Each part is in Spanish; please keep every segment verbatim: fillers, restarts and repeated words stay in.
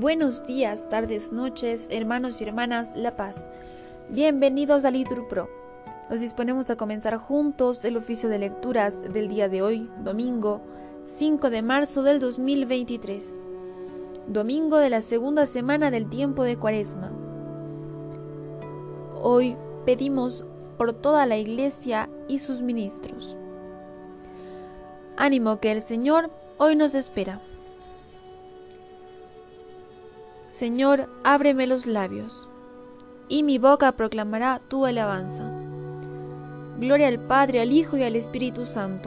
Buenos días, tardes, noches, hermanos y hermanas La Paz. Bienvenidos a Litur Pro. Nos disponemos a comenzar juntos el oficio de lecturas del día de hoy, domingo cinco de marzo del dos mil veintitrés. Domingo de la segunda semana del tiempo de Cuaresma. Hoy pedimos por toda la Iglesia y sus ministros. Ánimo que el Señor hoy nos espera. Señor, ábreme los labios, y mi boca proclamará tu alabanza. Gloria al Padre, al Hijo y al Espíritu Santo.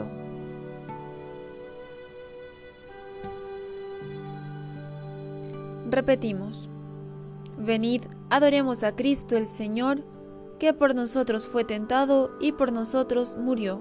Repetimos: venid, adoremos a Cristo el Señor, que por nosotros fue tentado y por nosotros murió.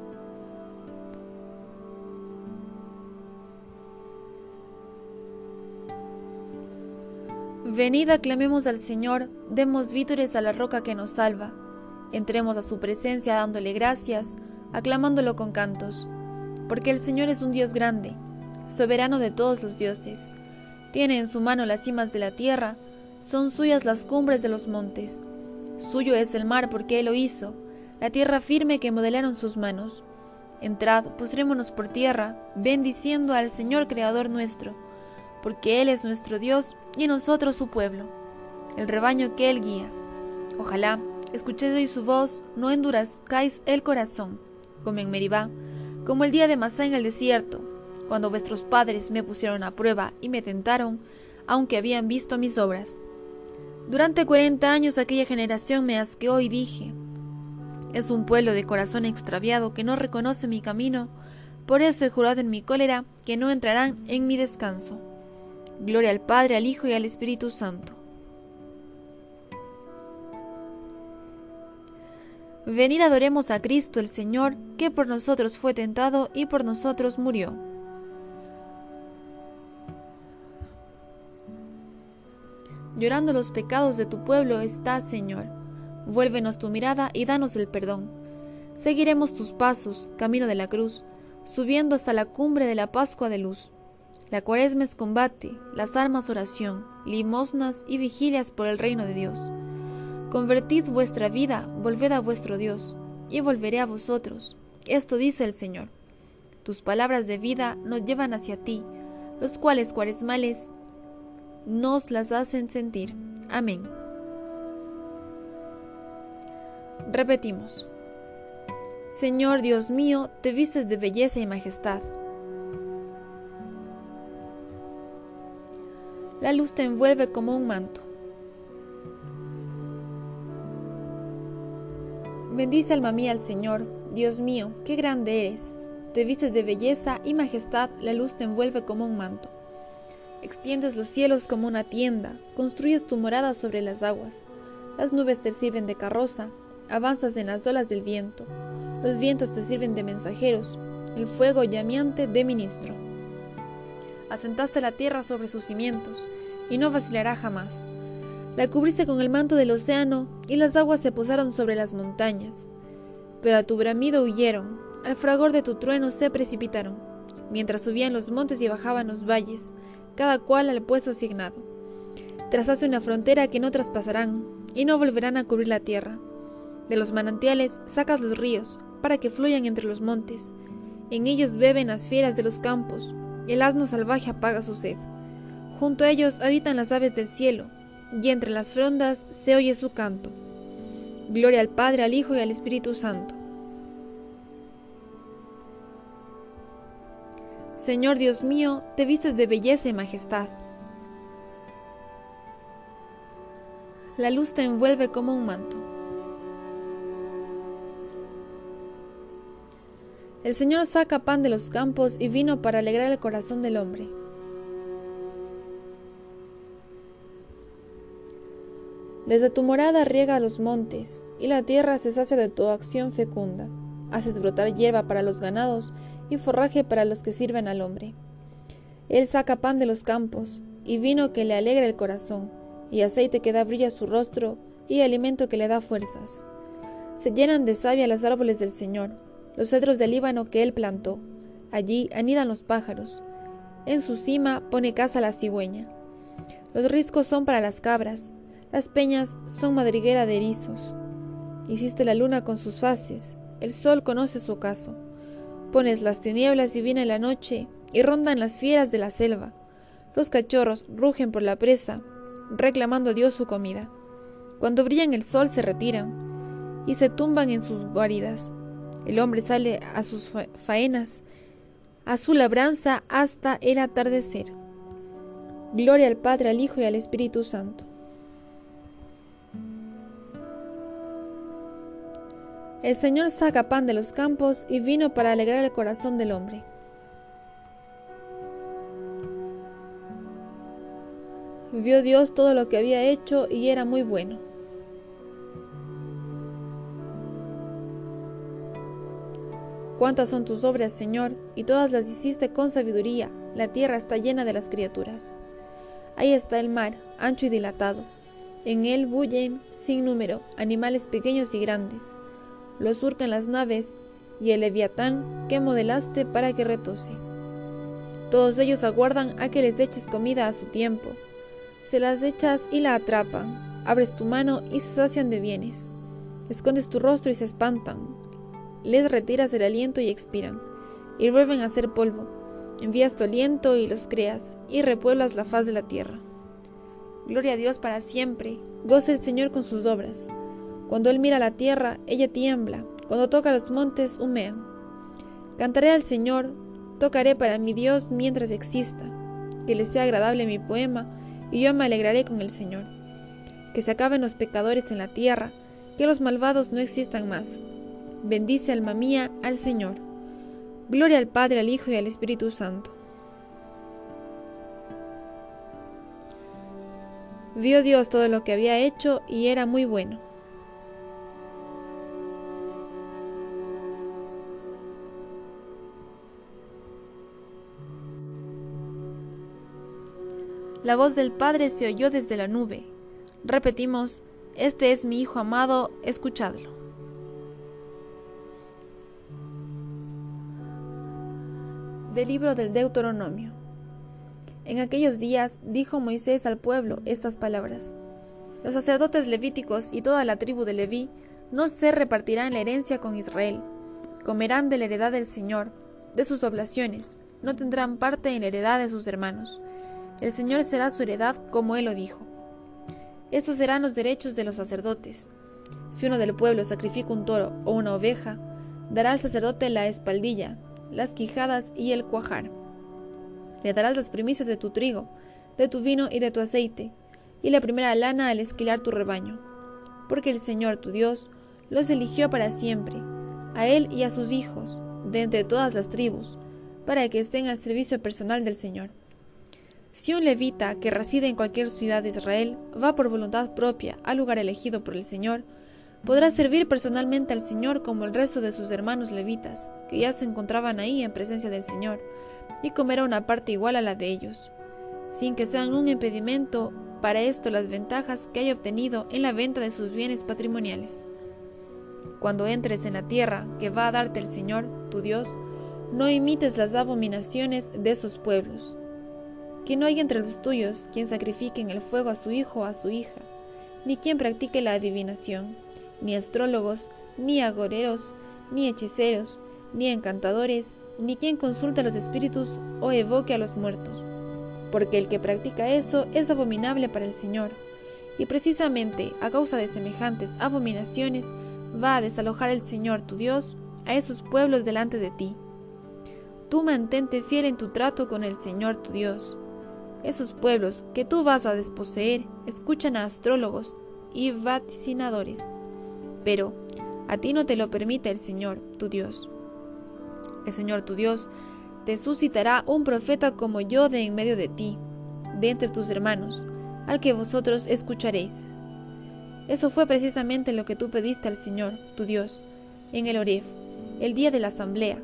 Venid, aclamemos al Señor, demos vítores a la roca que nos salva. Entremos a su presencia dándole gracias, aclamándolo con cantos. Porque el Señor es un Dios grande, soberano de todos los dioses. Tiene en su mano las cimas de la tierra, son suyas las cumbres de los montes. Suyo es el mar porque Él lo hizo, la tierra firme que modelaron sus manos. Entrad, postrémonos por tierra, bendiciendo al Señor Creador nuestro, porque Él es nuestro Dios y nosotros su pueblo, el rebaño que Él guía. Ojalá escuchéis hoy su voz, no endurezcáis el corazón, como en Meribá, como el día de Masá en el desierto, cuando vuestros padres me pusieron a prueba y me tentaron, aunque habían visto mis obras. Durante cuarenta años aquella generación me asqueó y dije: es un pueblo de corazón extraviado que no reconoce mi camino, por eso he jurado en mi cólera que no entrarán en mi descanso. Gloria al Padre, al Hijo y al Espíritu Santo. Venid, adoremos a Cristo el Señor, que por nosotros fue tentado y por nosotros murió. Llorando los pecados de tu pueblo estás, Señor. Vuélvenos tu mirada y danos el perdón. Seguiremos tus pasos, camino de la cruz, subiendo hasta la cumbre de la Pascua de luz. La Cuaresma es combate, las armas oración, limosnas y vigilias por el reino de Dios. Convertid vuestra vida, volved a vuestro Dios, y volveré a vosotros. Esto dice el Señor. Tus palabras de vida nos llevan hacia ti, los cuales cuaresmales nos las hacen sentir. Amén. Repetimos: Señor Dios mío, te vistes de belleza y majestad. La luz te envuelve como un manto. Bendice alma mía al Señor, Dios mío, qué grande eres. Te vistes de belleza y majestad, la luz te envuelve como un manto. Extiendes los cielos como una tienda, construyes tu morada sobre las aguas. Las nubes te sirven de carroza, avanzas en las olas del viento. Los vientos te sirven de mensajeros, el fuego llameante de ministro. Asentaste la tierra sobre sus cimientos, y no vacilará jamás. La cubriste con el manto del océano, y las aguas se posaron sobre las montañas. Pero a tu bramido huyeron, al fragor de tu trueno se precipitaron, mientras subían los montes y bajaban los valles, cada cual al puesto asignado. Trazaste una frontera que no traspasarán, y no volverán a cubrir la tierra. De los manantiales sacas los ríos, para que fluyan entre los montes. En ellos beben las fieras de los campos, el asno salvaje apaga su sed. Junto a ellos habitan las aves del cielo, y entre las frondas se oye su canto. Gloria al Padre, al Hijo y al Espíritu Santo. Señor Dios mío, te vistes de belleza y majestad. La luz te envuelve como un manto. El Señor saca pan de los campos y vino para alegrar el corazón del hombre. Desde tu morada riega los montes, y la tierra se sacia de tu acción fecunda. Haces brotar hierba para los ganados y forraje para los que sirven al hombre. Él saca pan de los campos, y vino que le alegra el corazón, y aceite que da brillo a su rostro, y alimento que le da fuerzas. Se llenan de savia los árboles del Señor, los cedros del Líbano que Él plantó. Allí anidan los pájaros. En su cima pone casa la cigüeña. Los riscos son para las cabras, las peñas son madriguera de erizos. Hiciste la luna con sus fases, el sol conoce su ocaso. Pones las tinieblas y viene la noche, y rondan las fieras de la selva. Los cachorros rugen por la presa, reclamando a Dios su comida. Cuando brillan el sol se retiran, y se tumban en sus guaridas. El hombre sale a sus fa- faenas, a su labranza hasta el atardecer. Gloria al Padre, al Hijo y al Espíritu Santo. El Señor saca pan de los campos y vino para alegrar el corazón del hombre. Vio Dios todo lo que había hecho y era muy bueno. Cuántas son tus obras, Señor, y todas las hiciste con sabiduría. La tierra está llena de las criaturas. Ahí está el mar, ancho y dilatado. En él bullen sin número animales pequeños y grandes. Lo surcan las naves y el leviatán que modelaste para que retose. Todos ellos aguardan a que les eches comida a su tiempo. Se las echas y la atrapan. Abres tu mano y se sacian de bienes. Escondes tu rostro y se espantan. Les retiras el aliento y expiran, y vuelven a ser polvo. Envías tu aliento y los creas, y repueblas la faz de la tierra. Gloria a Dios para siempre. Goza el Señor con sus obras. Cuando Él mira la tierra, ella tiembla. Cuando toca los montes, humean. Cantaré al Señor, tocaré para mi Dios mientras exista. Que le sea agradable mi poema, y yo me alegraré con el Señor. Que se acaben los pecadores en la tierra, que los malvados no existan más. Bendice, alma mía, al Señor. Gloria al Padre, al Hijo y al Espíritu Santo. Vio Dios todo lo que había hecho y era muy bueno. La voz del Padre se oyó desde la nube. Repetimos, este es mi Hijo amado, escuchadlo. Del libro del Deuteronomio. En aquellos días dijo Moisés al pueblo estas palabras: Los sacerdotes levíticos y toda la tribu de Leví no se repartirán la herencia con Israel. Comerán de la heredad del Señor, de sus oblaciones, no tendrán parte en la heredad de sus hermanos. El Señor será su heredad como Él lo dijo. Estos serán los derechos de los sacerdotes. Si uno del pueblo sacrifica un toro o una oveja, dará al sacerdote la espaldilla, las quijadas y el cuajar. Le darás las primicias de tu trigo, de tu vino y de tu aceite, y la primera lana al esquilar tu rebaño. Porque el Señor tu Dios los eligió para siempre, a él y a sus hijos, de entre todas las tribus, para que estén al servicio personal del Señor. Si un levita que reside en cualquier ciudad de Israel va por voluntad propia al lugar elegido por el Señor, podrá servir personalmente al Señor como el resto de sus hermanos levitas, que ya se encontraban ahí en presencia del Señor, y comerá una parte igual a la de ellos, sin que sean un impedimento para esto las ventajas que haya obtenido en la venta de sus bienes patrimoniales. Cuando entres en la tierra que va a darte el Señor, tu Dios, no imites las abominaciones de esos pueblos. Que no haya entre los tuyos quien sacrifique en el fuego a su hijo o a su hija, ni quien practique la adivinación, ni astrólogos, ni agoreros, ni hechiceros, ni encantadores, ni quien consulte a los espíritus o evoque a los muertos, porque el que practica eso es abominable para el Señor, y precisamente a causa de semejantes abominaciones va a desalojar el Señor tu Dios a esos pueblos delante de ti. Tú mantente fiel en tu trato con el Señor tu Dios. Esos pueblos que tú vas a desposeer escuchan a astrólogos y vaticinadores, pero a ti no te lo permite el Señor, tu Dios. El Señor, tu Dios, te suscitará un profeta como yo de en medio de ti, de entre tus hermanos, al que vosotros escucharéis. Eso fue precisamente lo que tú pediste al Señor, tu Dios, en el Horeb, el día de la asamblea.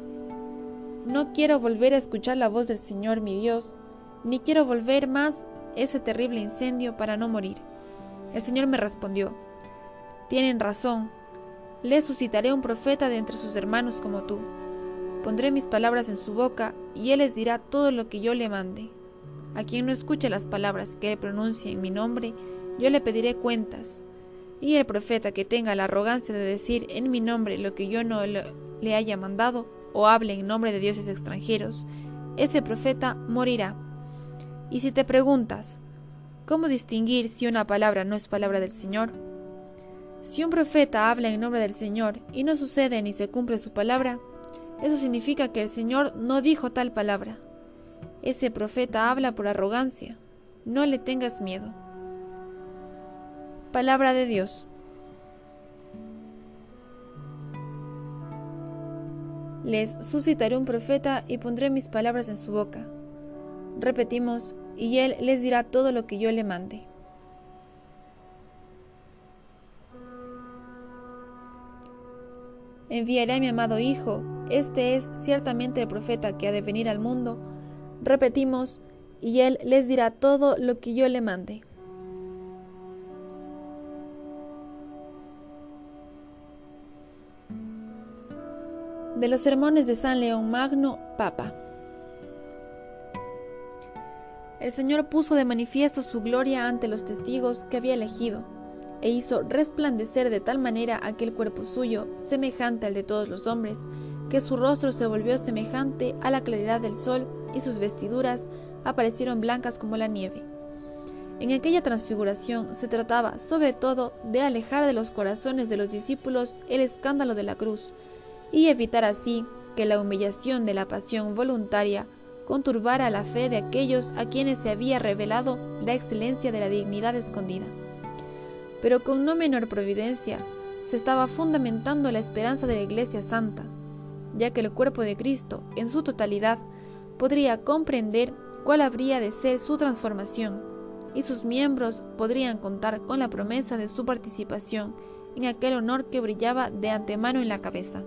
No quiero volver a escuchar la voz del Señor, mi Dios, ni quiero volver más ese terrible incendio para no morir. El Señor me respondió: Tienen razón, le suscitaré un profeta de entre sus hermanos como tú. Pondré mis palabras en su boca y él les dirá todo lo que yo le mande. A quien no escuche las palabras que él pronuncia en mi nombre, yo le pediré cuentas. Y el profeta que tenga la arrogancia de decir en mi nombre lo que yo no le haya mandado, o hable en nombre de dioses extranjeros, ese profeta morirá. Y si te preguntas, ¿cómo distinguir si una palabra no es palabra del Señor? Si un profeta habla en nombre del Señor y no sucede ni se cumple su palabra, eso significa que el Señor no dijo tal palabra. Ese profeta habla por arrogancia. No le tengas miedo. Palabra de Dios. Les suscitaré un profeta y pondré mis palabras en su boca. Repetimos, y él les dirá todo lo que yo le mande. Enviaré a mi amado Hijo, este es ciertamente el profeta que ha de venir al mundo. Repetimos, y él les dirá todo lo que yo le mande. De los sermones de San León Magno, Papa. El Señor puso de manifiesto su gloria ante los testigos que había elegido, e hizo resplandecer de tal manera aquel cuerpo suyo, semejante al de todos los hombres, que su rostro se volvió semejante a la claridad del sol, y sus vestiduras aparecieron blancas como la nieve. En aquella transfiguración se trataba, sobre todo, de alejar de los corazones de los discípulos el escándalo de la cruz, y evitar así que la humillación de la pasión voluntaria conturbara la fe de aquellos a quienes se había revelado la excelencia de la dignidad escondida. Pero con no menor providencia se estaba fundamentando la esperanza de la Iglesia Santa, ya que el cuerpo de Cristo, en su totalidad, podría comprender cuál habría de ser su transformación, y sus miembros podrían contar con la promesa de su participación en aquel honor que brillaba de antemano en la cabeza.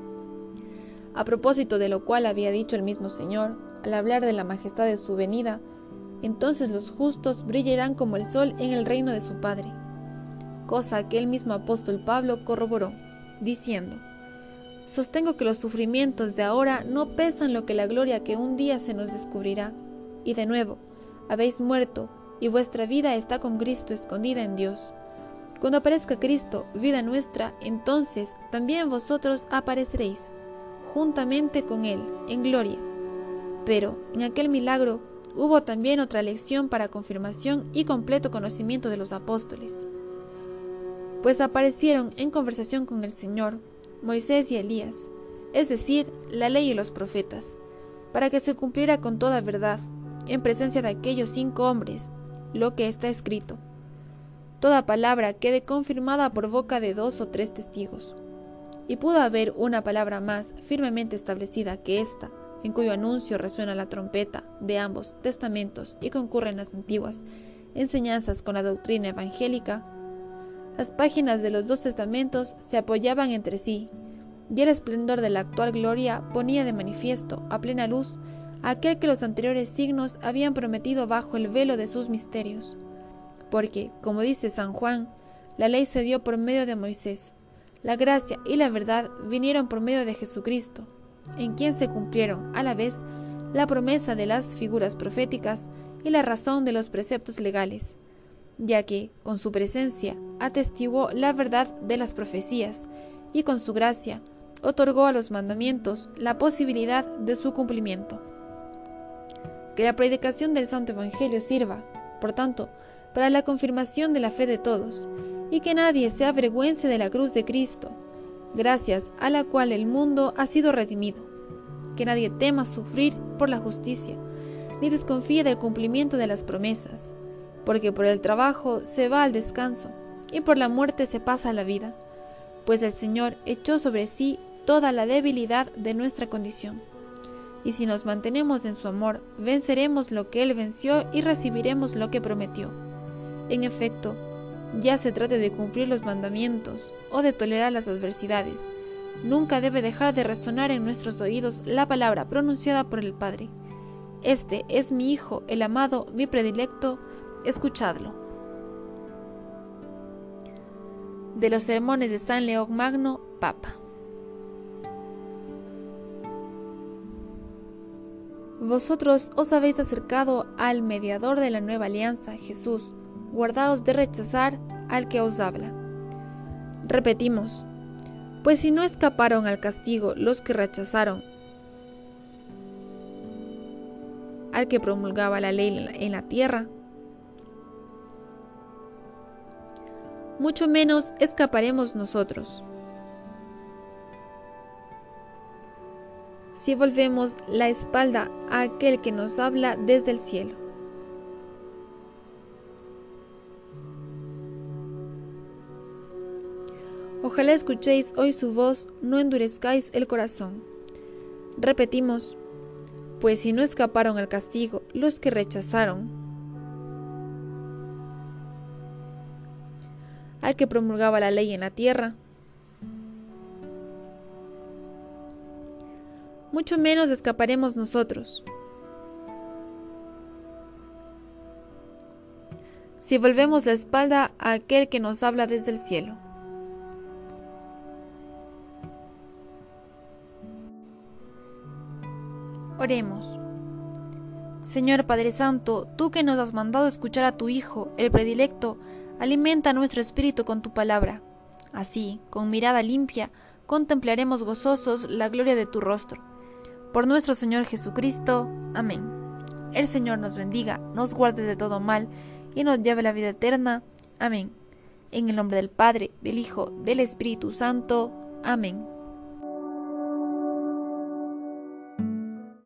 A propósito de lo cual había dicho el mismo Señor, al hablar de la majestad de su venida, entonces los justos brillarán como el sol en el reino de su Padre, cosa que el mismo apóstol Pablo corroboró, diciendo: sostengo que los sufrimientos de ahora no pesan lo que la gloria que un día se nos descubrirá, y de nuevo, habéis muerto, y vuestra vida está con Cristo escondida en Dios. Cuando aparezca Cristo, vida nuestra, entonces también vosotros apareceréis, juntamente con Él, en gloria. Pero en aquel milagro hubo también otra lección para confirmación y completo conocimiento de los apóstoles. Pues aparecieron en conversación con el Señor Moisés y Elías, es decir, la ley y los profetas, para que se cumpliera con toda verdad, en presencia de aquellos cinco hombres, lo que está escrito. Toda palabra quede confirmada por boca de dos o tres testigos. Y pudo haber una palabra más firmemente establecida que esta, en cuyo anuncio resuena la trompeta de ambos testamentos y concurren las antiguas enseñanzas con la doctrina evangélica. Las páginas de los dos testamentos se apoyaban entre sí, y el esplendor de la actual gloria ponía de manifiesto, a plena luz, aquel que los anteriores signos habían prometido bajo el velo de sus misterios. Porque, como dice San Juan, la ley se dio por medio de Moisés, la gracia y la verdad vinieron por medio de Jesucristo, en quien se cumplieron a la vez la promesa de las figuras proféticas y la razón de los preceptos legales, ya que, con su presencia, atestiguó la verdad de las profecías y con su gracia otorgó a los mandamientos la posibilidad de su cumplimiento. Que la predicación del Santo Evangelio sirva, por tanto, para la confirmación de la fe de todos, y que nadie se avergüence de la cruz de Cristo, gracias a la cual el mundo ha sido redimido. Que nadie tema sufrir por la justicia, ni desconfíe del cumplimiento de las promesas, porque por el trabajo se va al descanso, y por la muerte se pasa a la vida, pues el Señor echó sobre sí toda la debilidad de nuestra condición. Y si nos mantenemos en su amor, venceremos lo que Él venció y recibiremos lo que prometió. En efecto, ya se trate de cumplir los mandamientos o de tolerar las adversidades, nunca debe dejar de resonar en nuestros oídos la palabra pronunciada por el Padre: este es mi Hijo, el amado, mi predilecto, escuchadlo. De los sermones de San León Magno, Papa. Vosotros os habéis acercado al mediador de la nueva alianza, Jesús. Guardaos de rechazar al que os habla. Repetimos, pues si no escaparon al castigo los que rechazaron al que promulgaba la ley en la tierra, mucho menos escaparemos nosotros, si volvemos la espalda a aquel que nos habla desde el cielo. Ojalá escuchéis hoy su voz, no endurezcáis el corazón. Repetimos, pues si no escaparon al castigo los que rechazaron al que promulgaba la ley en la tierra, mucho menos escaparemos nosotros, si volvemos la espalda a aquel que nos habla desde el cielo. Oremos. Señor Padre Santo, tú que nos has mandado escuchar a tu Hijo, el predilecto, alimenta nuestro espíritu con tu palabra. Así, con mirada limpia, contemplaremos gozosos la gloria de tu rostro. Por nuestro Señor Jesucristo. Amén. El Señor nos bendiga, nos guarde de todo mal y nos lleve a la vida eterna. Amén. En el nombre del Padre, del Hijo, del Espíritu Santo. Amén.